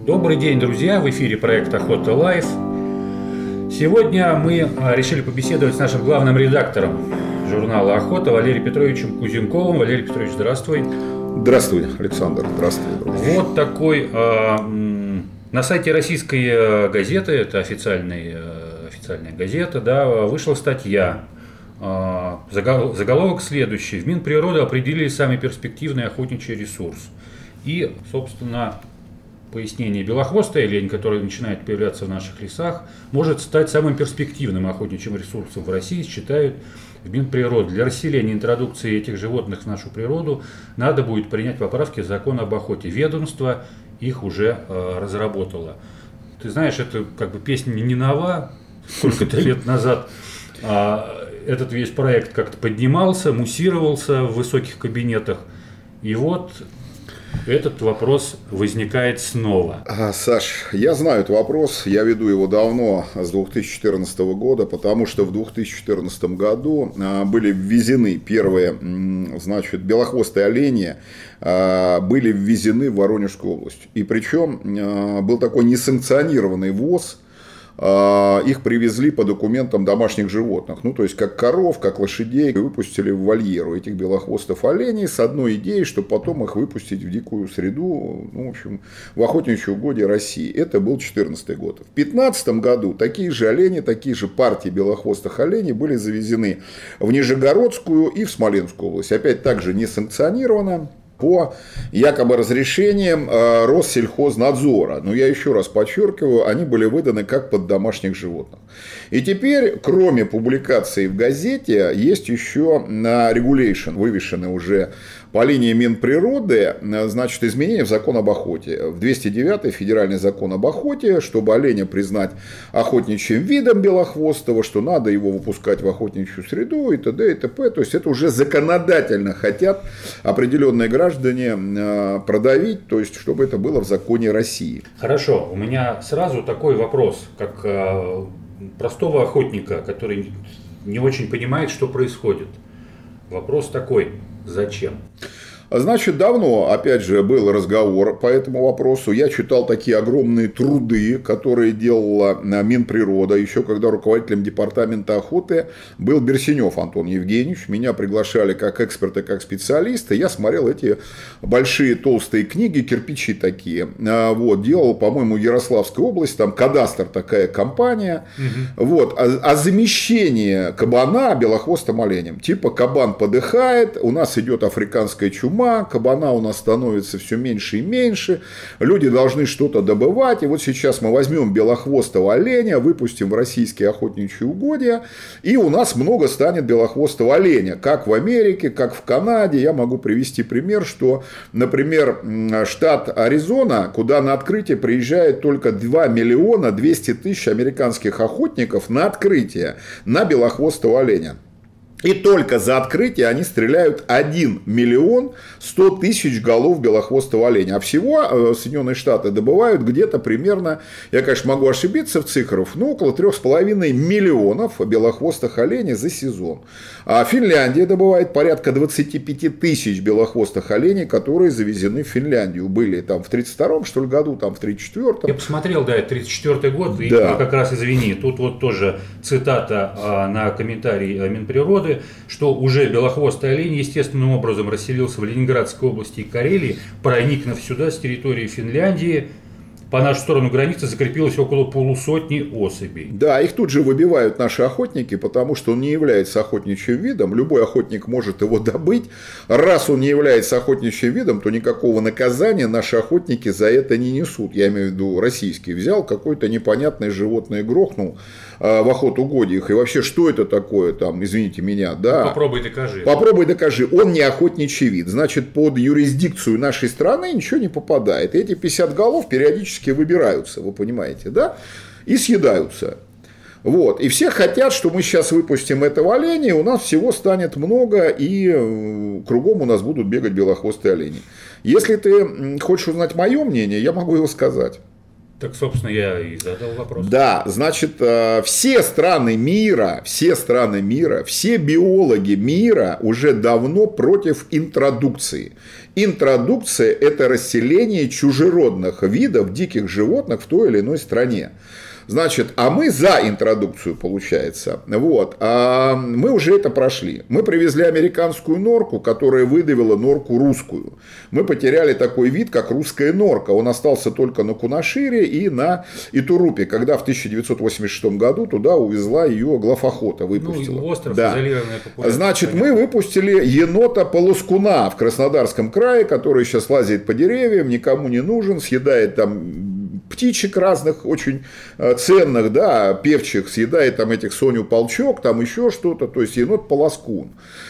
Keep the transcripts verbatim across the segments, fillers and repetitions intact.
Добрый день, друзья! В эфире проект Охота Лайф. Сегодня мы решили побеседовать с нашим главным редактором журнала Охота Валерием Петровичем Кузенковым. Валерий Петрович, здравствуй. Здравствуй, Александр. Здравствуй, друзья. Вот такой э, на сайте российской газеты, это официальная, официальная газета, да, вышла статья. Э, заголовок следующий: в Минприроды определили самый перспективный охотничий ресурс. И, собственно, пояснение: белохвостая олень, которая начинает появляться в наших лесах, может стать самым перспективным охотничьим ресурсом в России, считают в Минприроды. Для расселения интродукции этих животных в нашу природу надо будет принять поправки в закон об охоте. Ведомство их уже э, разработало. Ты знаешь, это как бы песня не нова. Сколько-то лет назад э, этот весь проект как-то поднимался, муссировался в высоких кабинетах. И вот этот вопрос возникает снова. А, Саш, я знаю этот вопрос, я веду его давно, с две тысячи четырнадцатого года, потому что в две тысячи четырнадцатом году были ввезены первые, значит, белохвостые олени, были ввезены в Воронежскую область. И причем был такой несанкционированный ввоз. Их привезли по документам домашних животных, ну то есть как коров, как лошадей, выпустили в вольеру этих белохвостов оленей с одной идеей, чтобы потом их выпустить в дикую среду, ну, в общем, в охотничьи угодья России. Это был две тысячи четырнадцатый год. В две тысячи пятнадцатом году такие же олени, такие же партии белохвостых оленей были завезены в Нижегородскую и в Смоленскую область. Опять также несанкционированно, по якобы разрешениям э, Россельхознадзора. Но я еще раз подчеркиваю, они были выданы как под домашних животных. И теперь, кроме публикации в газете, есть еще на регулейшн, вывешены уже по линии Минприроды, значит, изменения в закон об охоте. В двести девятый федеральный закон об охоте, чтобы оленя признать охотничьим видом белохвостого, что надо его выпускать в охотничью среду и т.д. и т.п. То есть это уже законодательно хотят определенные граждане продавить, то есть чтобы это было в законе России. Хорошо, у меня сразу такой вопрос, как э, простого охотника, который не очень понимает, что происходит. Вопрос такой: зачем? Значит, давно, опять же, был разговор по этому вопросу. Я читал такие огромные труды, которые делала Минприрода, еще когда руководителем департамента охоты был Берсенев Антон Евгеньевич. Меня приглашали как эксперта, как специалиста. Я смотрел эти большие толстые книги, кирпичи такие. Вот, делал, по-моему, Ярославская область, там кадастр такая компания. Угу. Вот, а, а замещение кабана белохвостым оленем. Типа кабан подыхает, у нас идет африканская чума, кабана у нас становится все меньше и меньше, люди должны что-то добывать, и вот сейчас мы возьмем белохвостого оленя, выпустим в российские охотничьи угодья, и у нас много станет белохвостого оленя, как в Америке, как в Канаде. Я могу привести пример, что, например, штат Аризона, куда на открытие приезжает только два миллиона двести тысяч американских охотников на открытие на белохвостого оленя. И только за открытие они стреляют один миллион сто тысяч голов белохвостого оленя. А всего Соединенные Штаты добывают где-то примерно, я, конечно, могу ошибиться в цифрах, но около трех с половиной миллионов белохвостых оленей за сезон. А Финляндия добывает порядка двадцать пять тысяч белохвостых оленей, которые завезены в Финляндию. Были там в тридцать втором, что ли, году, там в тридцать четвёртом. Я посмотрел, да, тридцать четвёртый год, и да. Как раз, извини, тут вот тоже цитата а, на комментарий Минприроды, что уже белохвостый олень естественным образом расселился в Ленинградской области и Карелии, проникнув сюда с территории Финляндии. По нашу сторону границы закрепилось около полусотни особей. Да, их тут же выбивают наши охотники, потому что он не является охотничьим видом. Любой охотник может его добыть. Раз он не является охотничьим видом, то никакого наказания наши охотники за это не несут. Я имею в виду российский. Взял какое-то непонятное животное и грохнул э, в охотугодьях. И вообще, что это такое, там, извините меня, да? Попробуй докажи. Попробуй докажи. Он не охотничий вид. Значит, под юрисдикцию нашей страны ничего не попадает. И эти пятьдесят голов периодически выбираются, вы понимаете, да, и съедаются. Вот. И все хотят, что мы сейчас выпустим этого оленя, и у нас всего станет много, и кругом у нас будут бегать белохвостые олени. Если ты хочешь узнать мое мнение, я могу его сказать. Так, собственно, я и задал вопрос. Да, значит, все страны мира, все страны мира, все биологи мира уже давно против интродукции. Интродукция – это расселение чужеродных видов диких животных в той или иной стране. Значит, а мы за интродукцию, получается. Вот. А мы уже это прошли. Мы привезли американскую норку, которая выдавила норку русскую. Мы потеряли такой вид, как русская норка. Он остался только на Кунашире и на Итурупе, когда в тысяча девятьсот восемьдесят шестом году туда увезла ее главохота, выпустила. Ну, остров, да. изолированная популяция. Значит, понятно. мы выпустили енота-полоскуна в Краснодарском крае, который сейчас лазит по деревьям, никому не нужен, съедает там птичек разных, очень ценных, да, певчих, съедает там этих Соню Полчок, там еще что-то, то есть енот-полоскун.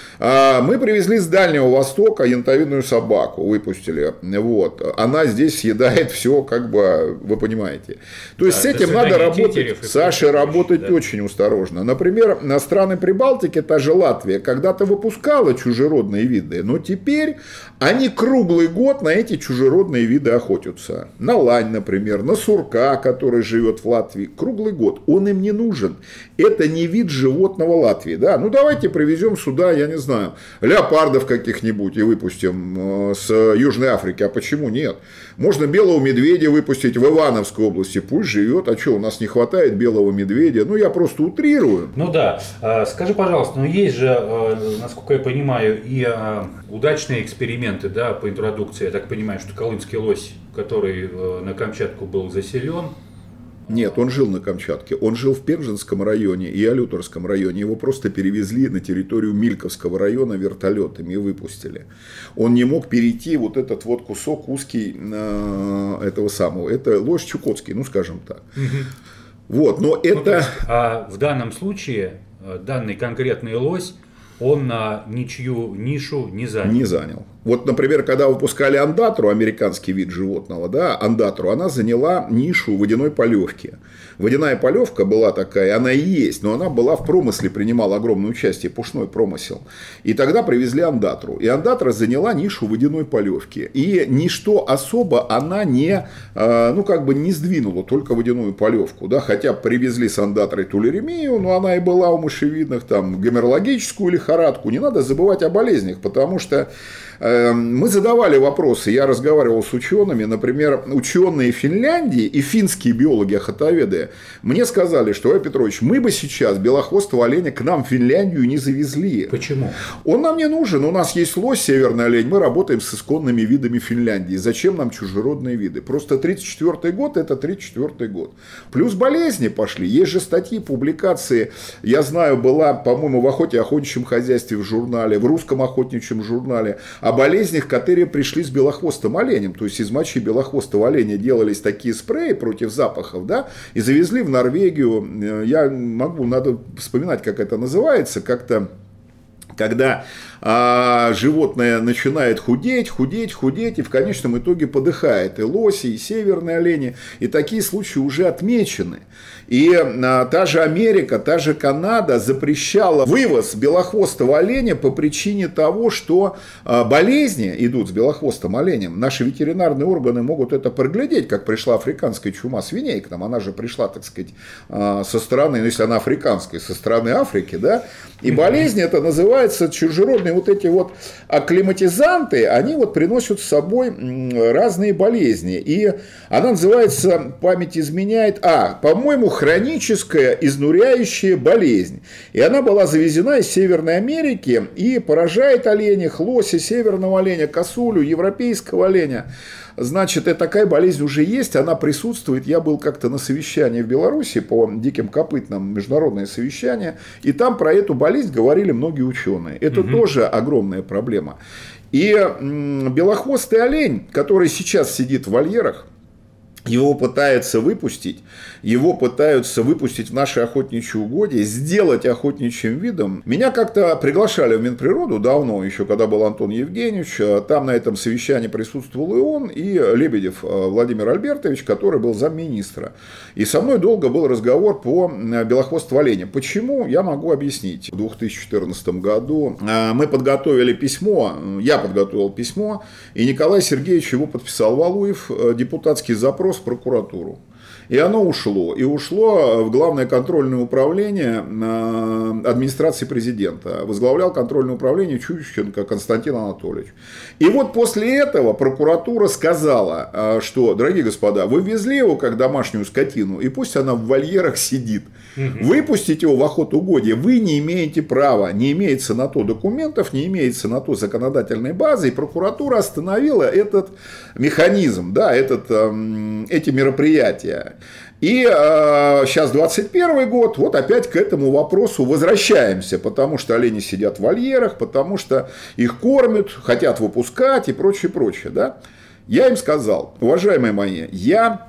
Мы привезли с Дальнего Востока янтовидную собаку, выпустили, вот, она здесь съедает все, как бы, вы понимаете. То есть, да, с этим надо работать, Саша, работать да. очень осторожно. Например, на страны Прибалтики, та же Латвия, когда-то выпускала чужеродные виды, но теперь они круглый год на эти чужеродные виды охотятся. На лань, например, на сурка, который живет в Латвии, круглый год. Он им не нужен. Это не вид животного Латвии, да. Ну, давайте привезем сюда, я не знаю, леопардов каких-нибудь и выпустим с Южной Африки. А почему нет? Можно белого медведя выпустить в Ивановской области. Пусть живет. А что, у нас не хватает белого медведя? Ну, я просто утрирую. Ну да. Скажи, пожалуйста, ну есть же, насколько я понимаю, и удачные эксперименты, да, по интродукции. Я так понимаю, что колымский лось, который на Камчатку был заселен. Нет, он жил на Камчатке, он жил в Пензенском районе и Алюторском районе, его просто перевезли на территорию Мильковского района вертолетами и выпустили. Он не мог перейти вот этот вот кусок узкий э, этого самого, это лось чукотский, ну скажем так. Угу. Вот, но это... Ну, есть, а в данном случае данный конкретный лось, он на ничью нишу не занял. Не занял. Вот, например, когда выпускали андатру, американский вид животного, да, андатру, она заняла нишу водяной полевки. Водяная полевка была такая, она и есть, но она была в промысле, принимала огромное участие, пушной промысел. И тогда привезли андатру. И андатра заняла нишу водяной полевки. И ничто особо она не, ну, как бы не сдвинула, только водяную полевку. Да, хотя привезли с андатрой тулеремию, но она и была у мышевидных, там, геморрагическую лихорадку. Не надо забывать о болезнях, потому что мы задавали вопросы, я разговаривал с учеными, например, ученые Финляндии и финские биологи-охотоведы мне сказали, что, Ой Петрович, мы бы сейчас белохвостого оленя к нам в Финляндию не завезли. Почему? Он нам не нужен, у нас есть лось, северный олень, мы работаем с исконными видами Финляндии. Зачем нам чужеродные виды? Просто тридцать четвёртый год – это тридцать четвёртый год. Плюс болезни пошли, есть же статьи, публикации, я знаю, была, по-моему, в «Охоте и охотничьем хозяйстве» в журнале, в «Русском охотничьем журнале», о болезнях, которые пришли с белохвостым оленем. То есть из мочи белохвостого оленя делались такие спреи против запахов, да, и завезли в Норвегию. Я могу, надо вспоминать, как это называется, как-то, когда а, животное начинает худеть, худеть, худеть, и в конечном итоге подыхает. И лоси, и северные олени, и такие случаи уже отмечены. И а, та же Америка, та же Канада запрещала вывоз белохвостого оленя по причине того, что а, болезни идут с белохвостым оленем. Наши ветеринарные органы могут это проглядеть, как пришла африканская чума свиней к нам. Она же пришла, так сказать, а, со стороны, ну, если она африканская, со стороны Африки, да. И болезнь это называется чужеродные вот эти вот акклиматизанты, они вот приносят с собой разные болезни. И она называется, память изменяет, а, по-моему, хроническая изнуряющая болезнь. И она была завезена из Северной Америки и поражает оленей, лося, северного оленя, косулю, европейского оленя. Значит, и такая болезнь уже есть, она присутствует. Я был как-то на совещании в Беларуси по диким копытным, международное совещание, и там про эту болезнь говорили многие ученые. Это угу. тоже огромная проблема. И м, белохвостый олень, который сейчас сидит в вольерах, его пытаются выпустить, его пытаются выпустить в наши охотничьи угодья, сделать охотничьим видом. Меня как-то приглашали в Минприроду давно, еще когда был Антон Евгеньевич, там на этом совещании присутствовал и он, и Лебедев Владимир Альбертович, который был замминистра. И со мной долго был разговор по белохвостому оленю. Почему? Я могу объяснить. В две тысячи четырнадцатом году мы подготовили письмо, я подготовил письмо, и Николай Сергеевич его подписал, Валуев, депутатский запрос в прокуратуру. И оно ушло. И ушло в Главное контрольное управление администрации президента. Возглавлял контрольное управление Чученко Константин Анатольевич. И вот после этого прокуратура сказала, что, дорогие господа, вы ввезли его как домашнюю скотину, и пусть она в вольерах сидит. Угу. Выпустить его в охотугодие вы не имеете права. Не имеется на то документов, не имеется на то законодательной базы. И прокуратура остановила этот механизм, да, этот, эти мероприятия. И э, сейчас двадцать первый год, вот опять к этому вопросу возвращаемся, потому что олени сидят в вольерах, потому что их кормят, хотят выпускать и прочее, прочее. Да? Я им сказал, уважаемые мои, я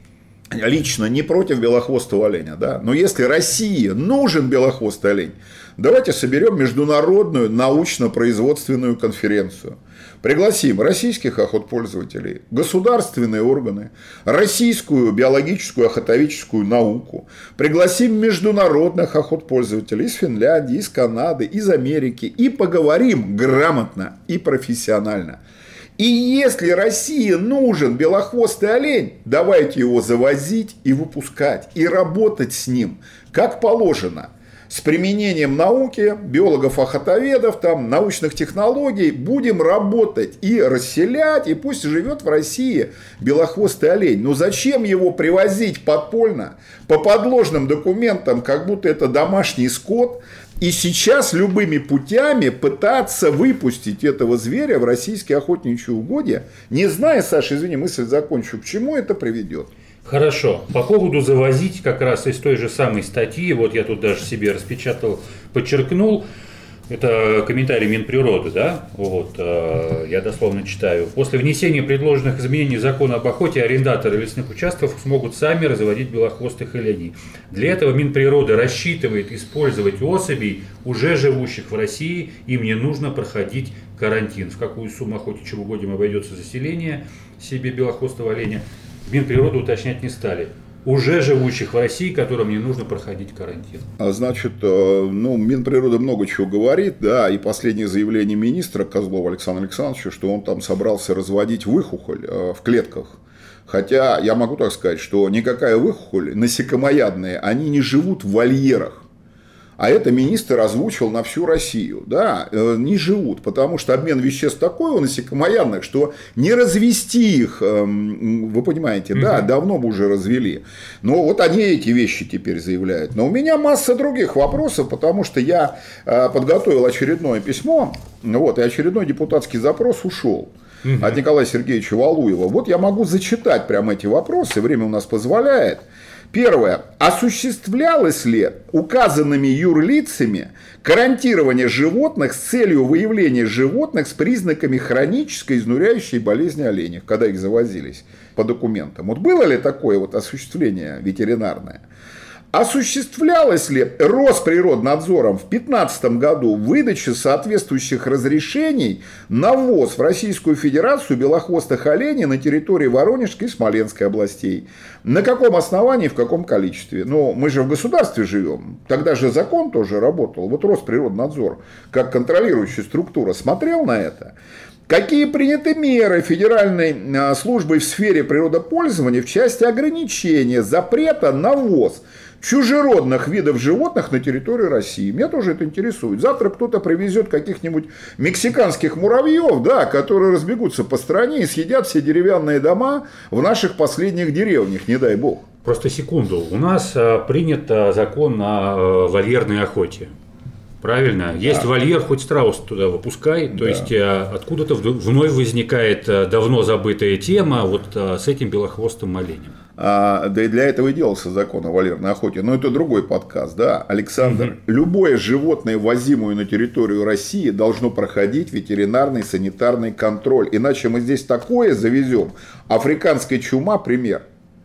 лично не против белохвостого оленя, да? Но если России нужен белохвостый олень, давайте соберем международную научно-производственную конференцию. Пригласим российских охотпользователей, государственные органы, российскую биологическую охотоведческую науку. Пригласим международных охотпользователей из Финляндии, из Канады, из Америки. И поговорим грамотно и профессионально. И если России нужен белохвостый олень, давайте его завозить и выпускать. И работать с ним как положено. С применением науки, биологов-охотоведов, там, научных технологий будем работать и расселять, и пусть живет в России белохвостый олень. Но зачем его привозить подпольно, по подложным документам, как будто это домашний скот, и сейчас любыми путями пытаться выпустить этого зверя в российские охотничьи угодья, не зная, Саша, извини, мысль закончу, к чему это приведет? Хорошо. По поводу завозить, как раз из той же самой статьи, вот я тут даже себе распечатал, подчеркнул, это комментарий Минприроды, да, вот, э, я дословно читаю. После внесения предложенных изменений закона об охоте арендаторы лесных участков смогут сами разводить белохвостых оленей. Для этого Минприроды рассчитывает использовать особей, уже живущих в России, им не нужно проходить карантин. В какую сумму охотничьим угодьям обойдется заселение себе белохвостого оленя, Минприроды уточнять не стали. Уже живущих в России, которым не нужно проходить карантин. Значит, ну, Минприрода много чего говорит, да, и последнее заявление министра Козлова Александра Александровича, что он там собрался разводить выхухоль в клетках. Хотя я могу так сказать, что никакая выхухоль, насекомоядные, они не живут в вольерах. А это министр озвучил на всю Россию. Да, не живут, потому что обмен веществ такой у насекомоядных, что не развести их, вы понимаете, да, давно бы уже развели. Но вот они эти вещи теперь заявляют. Но у меня масса других вопросов, потому что я подготовил очередное письмо, вот, и очередной депутатский запрос ушел. От Николая Сергеевича Валуева. Вот я могу зачитать прямо эти вопросы, время у нас позволяет. Первое. Осуществлялось ли указанными юрлицами карантирование животных с целью выявления животных с признаками хронической изнуряющей болезни оленей, когда их завозились по документам? Вот было ли такое вот осуществление ветеринарное? Осуществлялось ли Росприроднадзором в две тысячи пятнадцатом году выдача соответствующих разрешений на ввоз в Российскую Федерацию белохвостых оленей на территории Воронежской и Смоленской областей? На каком основании, в каком количестве? Ну, мы же в государстве живем, тогда же закон тоже работал. Вот Росприроднадзор, как контролирующая структура, смотрел на это. Какие приняты меры Федеральной службой в сфере природопользования в части ограничения запрета на ввоз чужеродных видов животных на территорию России? Меня тоже это интересует. Завтра кто-то привезет каких-нибудь мексиканских муравьев, да, которые разбегутся по стране и съедят все деревянные дома в наших последних деревнях, не дай бог. Просто секунду. У нас а, принят а, закон о а, вольерной охоте. Правильно? Есть да. вольер, хоть страус туда выпускай. То да. есть откуда-то вновь возникает давно забытая тема вот с этим белохвостым оленем. А, да и для этого и делался закон о вольерной охоте. Но это другой подкаст, да, Александр. Угу. Любое животное, возимое на территорию России, должно проходить ветеринарный санитарный контроль. Иначе мы здесь такое завезем. Африканская чума, пример.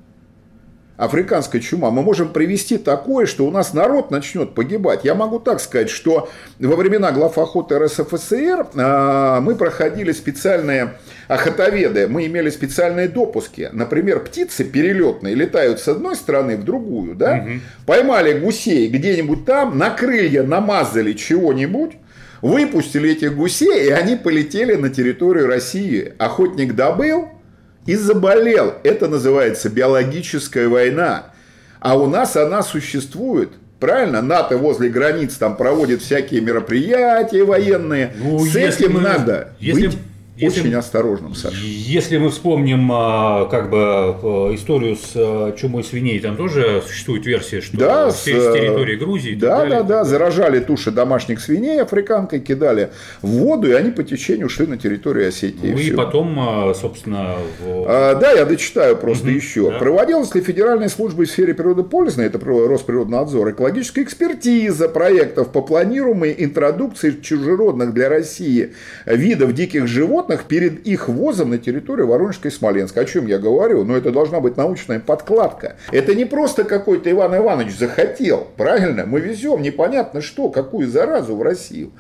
Африканская чума, мы можем привести такое, что у нас народ начнет погибать. Я могу так сказать, что во времена главохоты эр эс эф эс ер а, мы проходили специальные охотоведы, мы имели специальные допуски. Например, птицы перелетные летают с одной стороны в другую, да? Угу. Поймали гусей где-нибудь там, на крылья намазали чего-нибудь, выпустили этих гусей, и они полетели на территорию России. Охотник добыл, и заболел. Это называется биологическая война. А у нас она существует. Правильно? НАТО возле границ там проводит всякие мероприятия военные. Ну, С этим мы, надо если, быть если, очень осторожным, Саша. Если мы вспомним как бы историю с чумой свиней, там тоже существует версия, что да, с территории Грузии. Да, далее, да, да. Заражали туши домашних свиней африканкой, кидали в воду, и они по течению шли на территорию Осетии. Ну и, и потом, собственно... В... А, да, я дочитаю просто угу, еще. Да. Проводилась ли Федеральной службой в сфере природопользования, это Росприроднадзор, экологическая экспертиза проектов по планируемой интродукции чужеродных для России видов диких животных перед их ввозом на территорию Воронежской и Смоленска. О чем я говорю? Но это должна быть научная подкладка. Это не просто какой-то Иван Иванович захотел. Правильно? Мы везем непонятно что, какую заразу в Россию.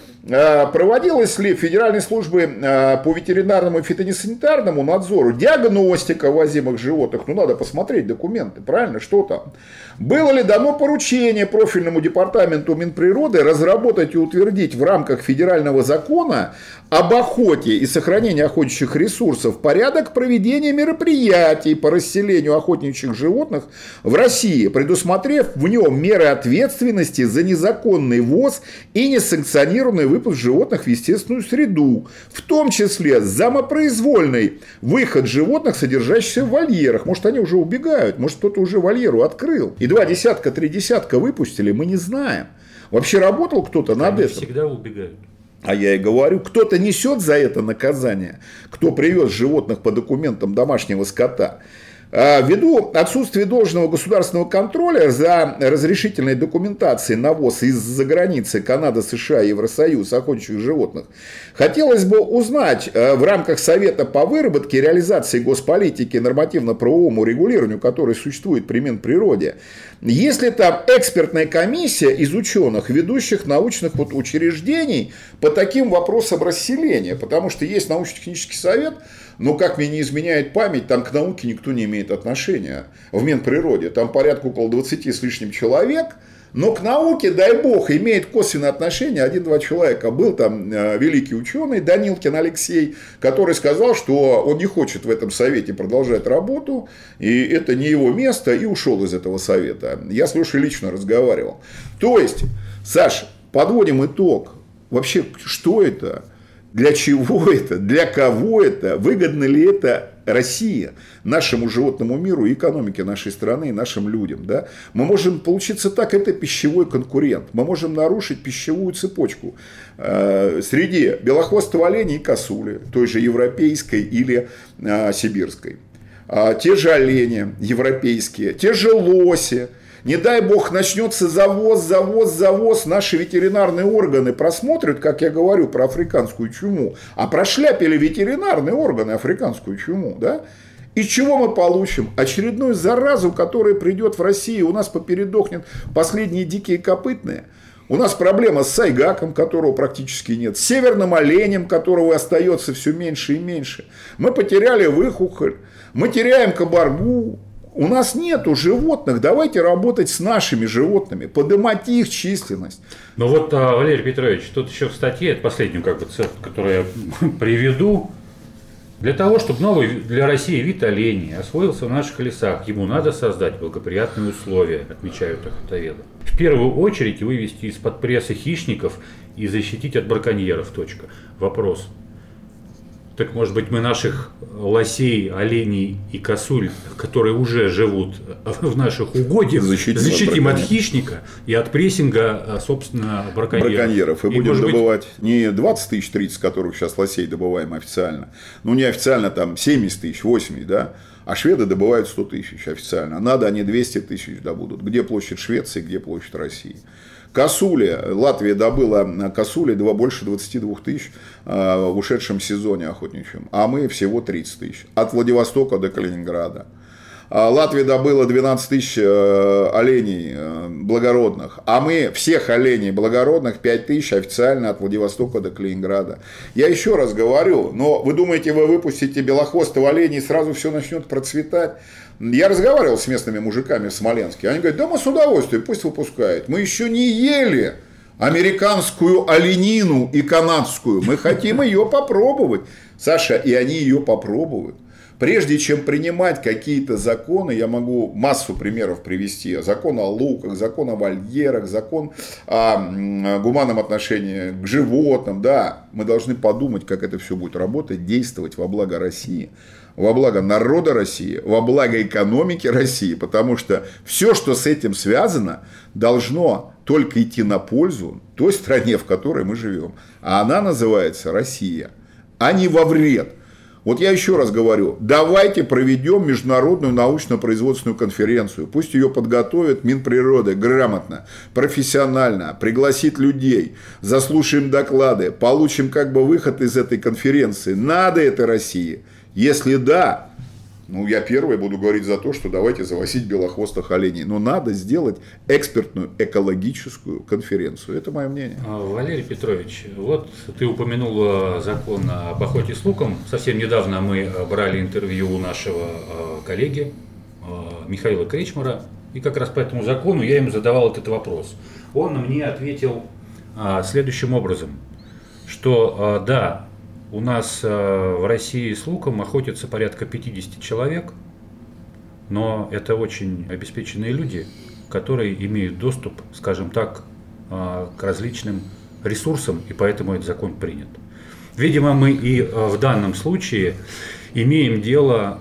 Проводилась ли Федеральной службой по ветеринарному и фитонесанитарному надзору диагностика ввозимых животных? Ну, надо посмотреть документы, правильно? Что там? Было ли дано поручение профильному департаменту Минприроды разработать и утвердить в рамках федерального закона об охоте и сохранении охотничьих ресурсов порядок проведения мероприятий по расселению охотничьих животных в России, предусмотрев в нем меры ответственности за незаконный ввоз и несанкционированный выпуск животных в естественную среду, в том числе самопроизвольный выход животных, содержащихся в вольерах. Может, они уже убегают, может, кто-то уже вольеру открыл. И два десятка, три десятка выпустили, мы не знаем. Вообще работал кто-то над они этим? Всегда убегают. А я и говорю, кто-то несет за это наказание, кто привез животных по документам домашнего скота. Ввиду отсутствия должного государственного контроля за разрешительной документацией на ввоз из-за границы Канады, США, Евросоюз охотничьих животных, хотелось бы узнать в рамках Совета по выработке и реализации госполитики нормативно-правовому регулированию, который существует при Минприроде, есть ли там экспертная комиссия из ученых, ведущих научных вот учреждений по таким вопросам расселения, потому что есть научно-технический совет, но, как мне не изменяет память, там к науке никто не имеет отношения в Минприроде. Там порядка около двадцати с лишним человек, но к науке, дай бог, имеет косвенное отношение один-два человека. Был там великий ученый Данилкин Алексей, который сказал, что он не хочет в этом совете продолжать работу, и это не его место, и ушел из этого совета. Я с Лешей лично разговаривал. То есть, Саша, подводим итог. Вообще, что это? Для чего это? Для кого это? Выгодно ли это России, нашему животному миру, экономике нашей страны и нашим людям? Да? Мы можем получиться так, это пищевой конкурент. Мы можем нарушить пищевую цепочку э, среди белохвостого оленя и косули, той же европейской или э, сибирской. А те же олени европейские, те же лоси. Не дай бог начнется завоз, завоз, завоз, наши ветеринарные органы просмотрят, как я говорю, про африканскую чуму, а прошляпили ветеринарные органы африканскую чуму, да? И чего мы получим? Очередную заразу, которая придет в Россию, у нас попередохнет последние дикие копытные. У нас проблема с сайгаком, которого практически нет, с северным оленем, которого остается все меньше и меньше. Мы потеряли выхухоль, мы теряем кабаргу. У нас нету животных, давайте работать с нашими животными, поднимать их численность. Ну вот, Валерий Петрович, тут еще в статье, это последнюю, как бы, цитату, которую я приведу. Для того, чтобы новый для России вид оленей освоился в наших лесах, ему надо создать благоприятные условия, отмечают охотоведы. В первую очередь вывести из-под пресса хищников и защитить от браконьеров. Точка. Вопрос. Так, может быть, мы наших лосей, оленей и косуль, которые уже живут в наших угодьях, защитим, защитим от, от хищника и от прессинга, собственно, браконьеров. браконьеров. И, и будем добывать быть... не двадцать тысяч, тридцать, которых сейчас лосей добываем официально, ну, неофициально там семьдесят тысяч, восемьдесят, да, а шведы добывают сто тысяч официально. Надо, они двести тысяч добудут. Где площадь Швеции, где площадь России? Косули. Латвия добыла косули больше двадцати двух тысяч в ушедшем сезоне охотничьем, а мы всего тридцать тысяч. От Владивостока до Калининграда. Латвия добыла двенадцать тысяч оленей благородных, а мы всех оленей благородных пять тысяч официально от Владивостока до Калининграда. Я еще раз говорю, но вы думаете, вы выпустите белохвостого оленя и сразу все начнет процветать? Я разговаривал с местными мужиками в Смоленске. Они говорят, да мы с удовольствием, пусть выпускают. Мы еще не ели американскую оленину и канадскую. Мы хотим ее попробовать. Саша, и они ее попробуют. Прежде чем принимать какие-то законы, я могу массу примеров привести. Закон о луках, закон о вольерах, закон о гуманном отношении к животным. Да, мы должны подумать, как это все будет работать, действовать во благо России, во благо народа России, во благо экономики России, потому что все, что с этим связано, должно только идти на пользу той стране, в которой мы живем. А она называется Россия, а не во вред. Вот я еще раз говорю, давайте проведем международную научно-производственную конференцию. Пусть ее подготовит Минприроды грамотно, профессионально, пригласит людей, заслушаем доклады, получим как бы выход из этой конференции. Надо это России? Если да, ну я первый буду говорить за то, что давайте завозить белохвостых оленей. Но надо сделать экспертную экологическую конференцию. Это мое мнение. Валерий Петрович, вот ты упомянул закон об охоте с луком. Совсем недавно мы брали интервью у нашего коллеги Михаила Кречмара. И как раз по этому закону я ему задавал этот вопрос. Он мне ответил следующим образом, что да, у нас в России с луком охотятся порядка пятьдесят человек, но это очень обеспеченные люди, которые имеют доступ, скажем так, к различным ресурсам, и поэтому этот закон принят. Видимо, мы и в данном случае имеем дело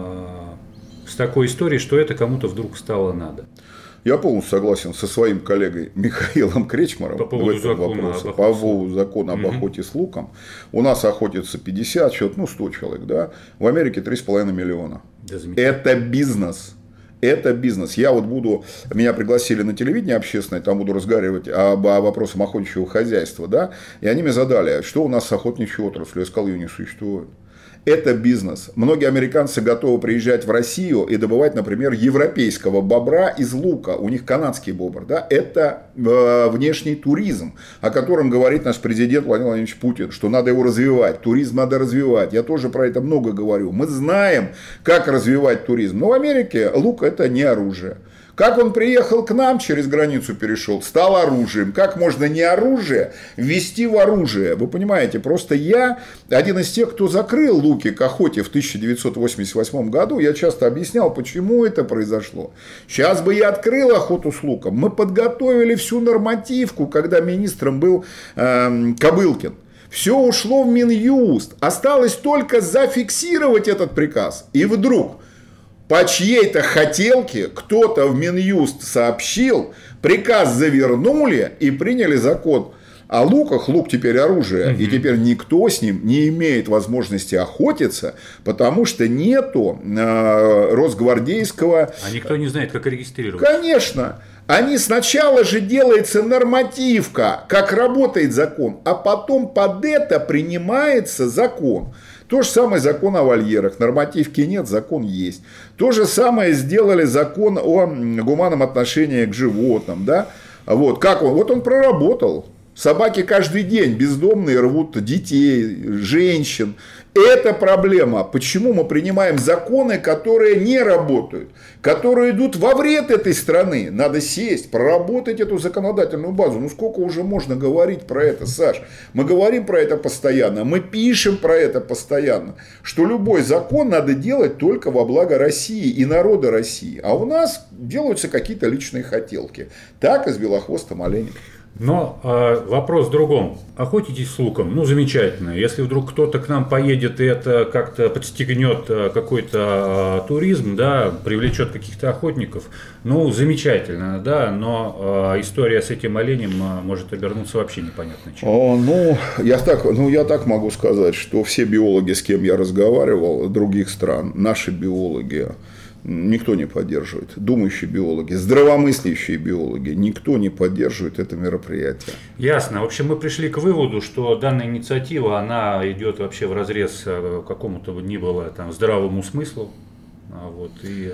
с такой историей, что это кому-то вдруг стало надо. Я полностью согласен со своим коллегой Михаилом Кречмаром по поводу в этом вопросе. По поводу закона об охоте с луком. У нас охотится пятьдесят, ну сто человек, да? В Америке три с половиной миллиона. Да, это бизнес. Это бизнес. Я вот буду, меня пригласили на телевидение общественное, там буду разговаривать об, о вопросах охотничьего хозяйства, да? И они мне задали, что у нас с охотничьей отраслью. Я сказал, ее не существует. Это бизнес. Многие американцы готовы приезжать в Россию и добывать, например, европейского бобра из лука. У них канадский бобр. Да? Это э, внешний туризм, о котором говорит наш президент Владимир Владимирович Путин, что надо его развивать. Туризм надо развивать. Я тоже про это много говорю. Мы знаем, как развивать туризм. Но в Америке лук – это не оружие. Как он приехал к нам, через границу перешел, стал оружием. Как можно не оружие ввести в оружие? Вы понимаете, просто я один из тех, кто закрыл луки к охоте в тысяча девятьсот восемьдесят восьмом году. Я часто объяснял, почему это произошло. Сейчас бы я открыл охоту с луком. Мы подготовили всю нормативку, когда министром был э, Кобылкин. Все ушло в Минюст. Осталось только зафиксировать этот приказ. И вдруг... По чьей-то хотелке кто-то в Минюст сообщил, приказ завернули и приняли закон о луках. Лук теперь оружие, угу. И теперь никто с ним не имеет возможности охотиться, потому что нету э, росгвардейского... А никто не знает, как регистрировать. Конечно. Они сначала же делается нормативка, как работает закон, а потом под это принимается закон. То же самое закон о вольерах. Нормативки нет, закон есть. То же самое сделали закон о гуманном отношении к животным. Да? Вот, как он? Вот он проработал. Собаки каждый день бездомные рвут детей, женщин. Это проблема. Почему мы принимаем законы, которые не работают, которые идут во вред этой страны? Надо сесть, проработать эту законодательную базу. Ну сколько уже можно говорить про это, Саш? Мы говорим про это постоянно, мы пишем про это постоянно, что любой закон надо делать только во благо России и народа России. А у нас делаются какие-то личные хотелки. Так и с белохвостым оленем. Но э, вопрос в другом. Охотитесь с луком, ну замечательно. Если вдруг кто-то к нам поедет и это как-то подстегнет какой-то э, туризм, да, привлечет каких-то охотников, ну замечательно, да. Но э, история с этим оленем э, может обернуться вообще непонятно чем. О, ну, я так, ну я так могу сказать, что все биологи, с кем я разговаривал, других стран, наши биологи, никто не поддерживает. Думающие биологи, здравомыслящие биологи, никто не поддерживает это мероприятие. Ясно. В общем, мы пришли к выводу, что данная инициатива, она идет вообще вразрез какому-то ни было там здравому смыслу. Вот, и...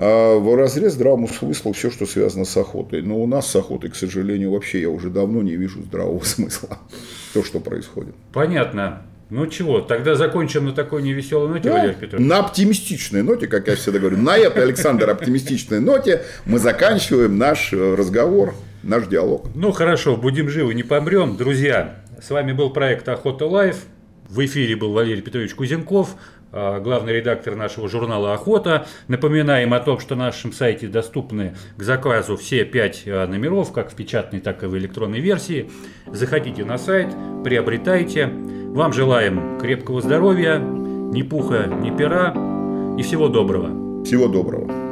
А вразрез здравому смыслу все, что связано с охотой. Но у нас с охотой, к сожалению, вообще я уже давно не вижу здравого смысла. То, что происходит. Понятно. Ну чего, тогда закончим на такой невеселой ноте, да, Валерий Петрович? На оптимистичной ноте, как я всегда говорю. На этой, Александр, оптимистичной ноте мы заканчиваем наш разговор, наш диалог. Ну хорошо, будем живы, не помрем. Друзья, с вами был проект Охота Лайв. В эфире был Валерий Петрович Кузенков, главный редактор нашего журнала «Охота». Напоминаем о том, что на нашем сайте доступны к заказу все пять номеров, как в печатной, так и в электронной версии. Заходите на сайт, приобретайте. Вам желаем крепкого здоровья, ни пуха, ни пера и всего доброго. Всего доброго.